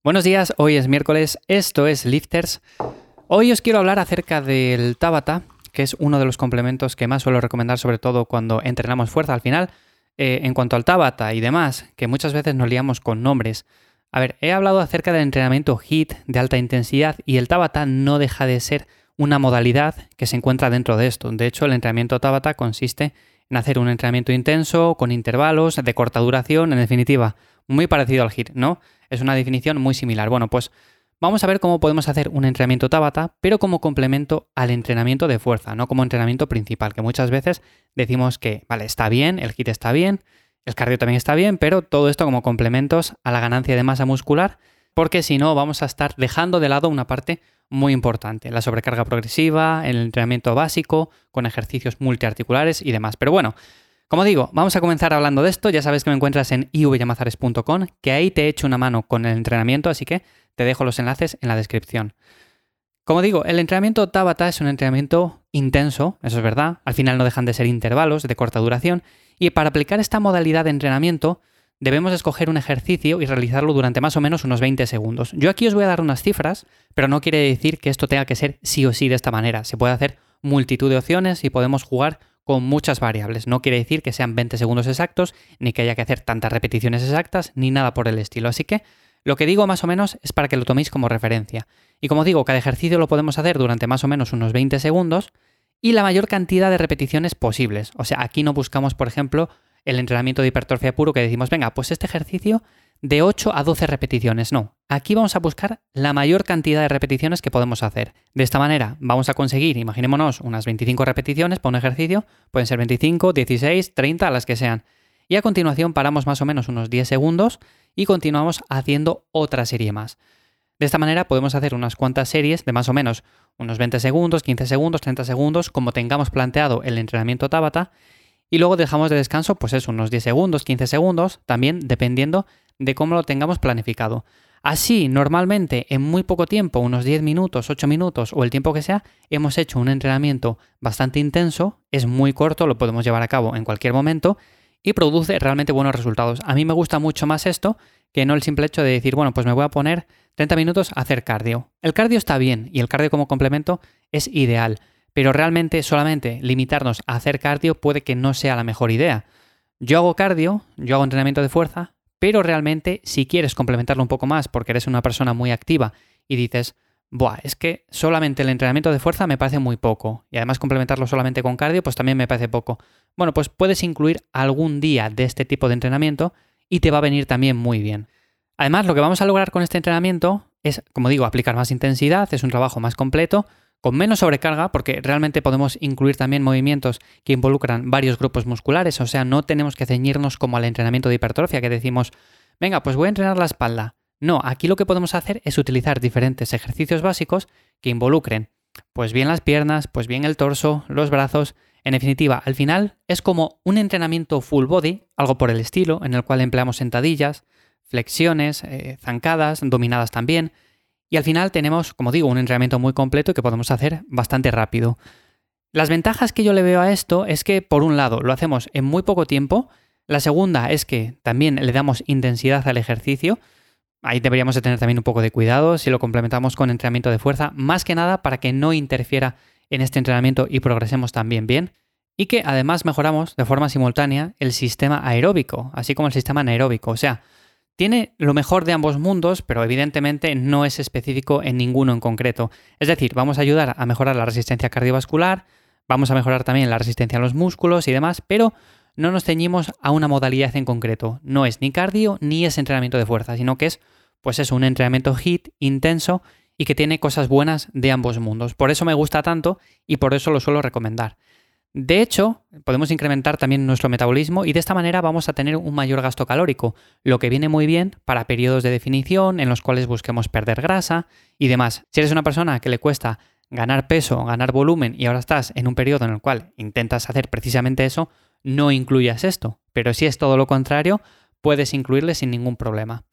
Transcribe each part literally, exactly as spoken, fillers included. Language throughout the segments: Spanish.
Buenos días, hoy es miércoles, esto es Lifters. Hoy os quiero hablar acerca del Tabata, que es uno de los complementos que más suelo recomendar, sobre todo cuando entrenamos fuerza al final. Eh, en cuanto al Tabata y demás, que muchas veces nos liamos con nombres. A ver, he hablado acerca del entrenamiento HIIT de alta intensidad y el Tabata no deja de ser una modalidad que se encuentra dentro de esto. De hecho, el entrenamiento Tabata consiste en hacer un entrenamiento intenso, con intervalos, de corta duración, en definitiva, muy parecido al HIIT, ¿no? Es una definición muy similar. Bueno, pues vamos a ver cómo podemos hacer un entrenamiento Tabata, pero como complemento al entrenamiento de fuerza, no como entrenamiento principal, que muchas veces decimos que, vale, está bien, el HIIT está bien, el cardio también está bien, pero todo esto como complementos a la ganancia de masa muscular, porque si no vamos a estar dejando de lado una parte muy importante, la sobrecarga progresiva, el entrenamiento básico, con ejercicios multiarticulares y demás. Pero bueno, como digo, vamos a comenzar hablando de esto. Ya sabes que me encuentras en i v llamazares punto com, que ahí te he hecho una mano con el entrenamiento, así que te dejo los enlaces en la descripción. Como digo, el entrenamiento Tabata es un entrenamiento intenso, eso es verdad, al final no dejan de ser intervalos de corta duración, y para aplicar esta modalidad de entrenamiento debemos escoger un ejercicio y realizarlo durante más o menos unos veinte segundos. Yo aquí os voy a dar unas cifras, pero no quiere decir que esto tenga que ser sí o sí de esta manera. Se puede hacer multitud de opciones y podemos jugar con muchas variables. No quiere decir que sean veinte segundos exactos, ni que haya que hacer tantas repeticiones exactas, ni nada por el estilo. Así que lo que digo más o menos es para que lo toméis como referencia. Y como digo, cada ejercicio lo podemos hacer durante más o menos unos veinte segundos y la mayor cantidad de repeticiones posibles. O sea, aquí no buscamos, por ejemplo, el entrenamiento de hipertrofia puro que decimos, venga, pues este ejercicio de ocho a doce repeticiones. No, aquí vamos a buscar la mayor cantidad de repeticiones que podemos hacer. De esta manera vamos a conseguir, imaginémonos, unas veinticinco repeticiones para un ejercicio, pueden ser veinticinco, dieciséis, treinta, las que sean. Y a continuación paramos más o menos unos diez segundos y continuamos haciendo otra serie más. De esta manera podemos hacer unas cuantas series de más o menos unos veinte segundos, quince segundos, treinta segundos, como tengamos planteado el entrenamiento Tabata, y luego dejamos de descanso, pues eso, unos diez segundos, quince segundos, también dependiendo de cómo lo tengamos planificado. Así, normalmente, en muy poco tiempo, unos diez minutos, ocho minutos o el tiempo que sea, hemos hecho un entrenamiento bastante intenso, es muy corto, lo podemos llevar a cabo en cualquier momento y produce realmente buenos resultados. A mí me gusta mucho más esto que no el simple hecho de decir, bueno, pues me voy a poner treinta minutos a hacer cardio. El cardio está bien y el cardio como complemento es ideal, pero realmente solamente limitarnos a hacer cardio puede que no sea la mejor idea. Yo hago cardio, yo hago entrenamiento de fuerza, pero realmente si quieres complementarlo un poco más porque eres una persona muy activa y dices, buah, es que solamente el entrenamiento de fuerza me parece muy poco y además complementarlo solamente con cardio pues también me parece poco. Bueno, pues puedes incluir algún día de este tipo de entrenamiento y te va a venir también muy bien. Además, lo que vamos a lograr con este entrenamiento es, como digo, aplicar más intensidad, es un trabajo más completo, con menos sobrecarga, porque realmente podemos incluir también movimientos que involucran varios grupos musculares, o sea, no tenemos que ceñirnos como al entrenamiento de hipertrofia, que decimos, venga, pues voy a entrenar la espalda. No, aquí lo que podemos hacer es utilizar diferentes ejercicios básicos que involucren, pues bien las piernas, pues bien el torso, los brazos. En definitiva, al final es como un entrenamiento full body, algo por el estilo, en el cual empleamos sentadillas, flexiones, eh, zancadas, dominadas también. Y al final tenemos, como digo, un entrenamiento muy completo que podemos hacer bastante rápido. Las ventajas que yo le veo a esto es que, por un lado, lo hacemos en muy poco tiempo. La segunda es que también le damos intensidad al ejercicio. Ahí deberíamos de tener también un poco de cuidado si lo complementamos con entrenamiento de fuerza, más que nada para que no interfiera en este entrenamiento y progresemos también bien. Y que además mejoramos de forma simultánea el sistema aeróbico, así como el sistema anaeróbico. O sea, tiene lo mejor de ambos mundos, pero evidentemente no es específico en ninguno en concreto. Es decir, vamos a ayudar a mejorar la resistencia cardiovascular, vamos a mejorar también la resistencia a los músculos y demás, pero no nos ceñimos a una modalidad en concreto. No es ni cardio ni es entrenamiento de fuerza, sino que es, pues es un entrenamiento HIIT intenso y que tiene cosas buenas de ambos mundos. Por eso me gusta tanto y por eso lo suelo recomendar. De hecho, podemos incrementar también nuestro metabolismo y de esta manera vamos a tener un mayor gasto calórico, lo que viene muy bien para periodos de definición en los cuales busquemos perder grasa y demás. Si eres una persona que le cuesta ganar peso, ganar volumen y ahora estás en un periodo en el cual intentas hacer precisamente eso, no incluyas esto. Pero si es todo lo contrario, puedes incluirle sin ningún problema.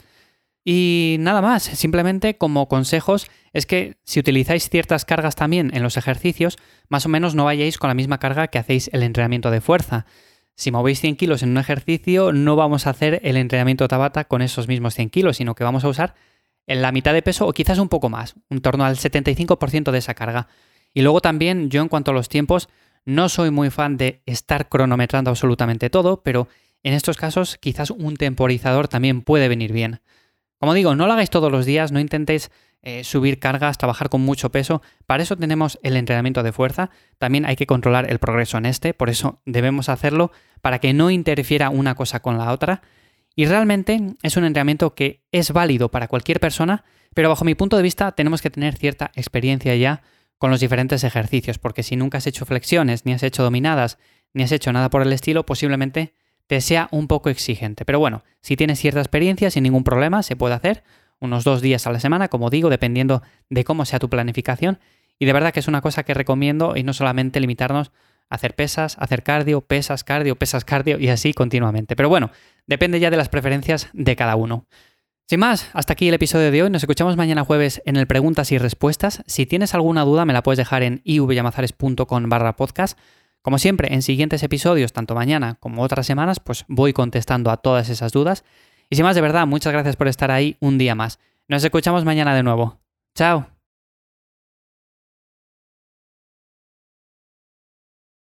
Y nada más, simplemente como consejos es que si utilizáis ciertas cargas también en los ejercicios, más o menos no vayáis con la misma carga que hacéis el entrenamiento de fuerza. Si movéis cien kilos en un ejercicio, no vamos a hacer el entrenamiento Tabata con esos mismos cien kilos, sino que vamos a usar en la mitad de peso o quizás un poco más, en torno al setenta y cinco por ciento de esa carga. Y luego también yo en cuanto a los tiempos, no soy muy fan de estar cronometrando absolutamente todo, pero en estos casos quizás un temporizador también puede venir bien. Como digo, no lo hagáis todos los días, no intentéis eh, subir cargas, trabajar con mucho peso. Para eso tenemos el entrenamiento de fuerza. También hay que controlar el progreso en este, por eso debemos hacerlo para que no interfiera una cosa con la otra. Y realmente es un entrenamiento que es válido para cualquier persona, pero bajo mi punto de vista tenemos que tener cierta experiencia ya con los diferentes ejercicios, porque si nunca has hecho flexiones, ni has hecho dominadas, ni has hecho nada por el estilo, posiblemente te sea un poco exigente. Pero bueno, si tienes cierta experiencia, sin ningún problema, se puede hacer unos dos días a la semana, como digo, dependiendo de cómo sea tu planificación. Y de verdad que es una cosa que recomiendo y no solamente limitarnos a hacer pesas, hacer cardio, pesas, cardio, pesas, cardio y así continuamente. Pero bueno, depende ya de las preferencias de cada uno. Sin más, hasta aquí el episodio de hoy. Nos escuchamos mañana jueves en el Preguntas y Respuestas. Si tienes alguna duda me la puedes dejar en ivyamazares.com barra podcast. Como siempre, en siguientes episodios, tanto mañana como otras semanas, pues voy contestando a todas esas dudas. Y sin más, de verdad, muchas gracias por estar ahí un día más. Nos escuchamos mañana de nuevo. ¡Chao!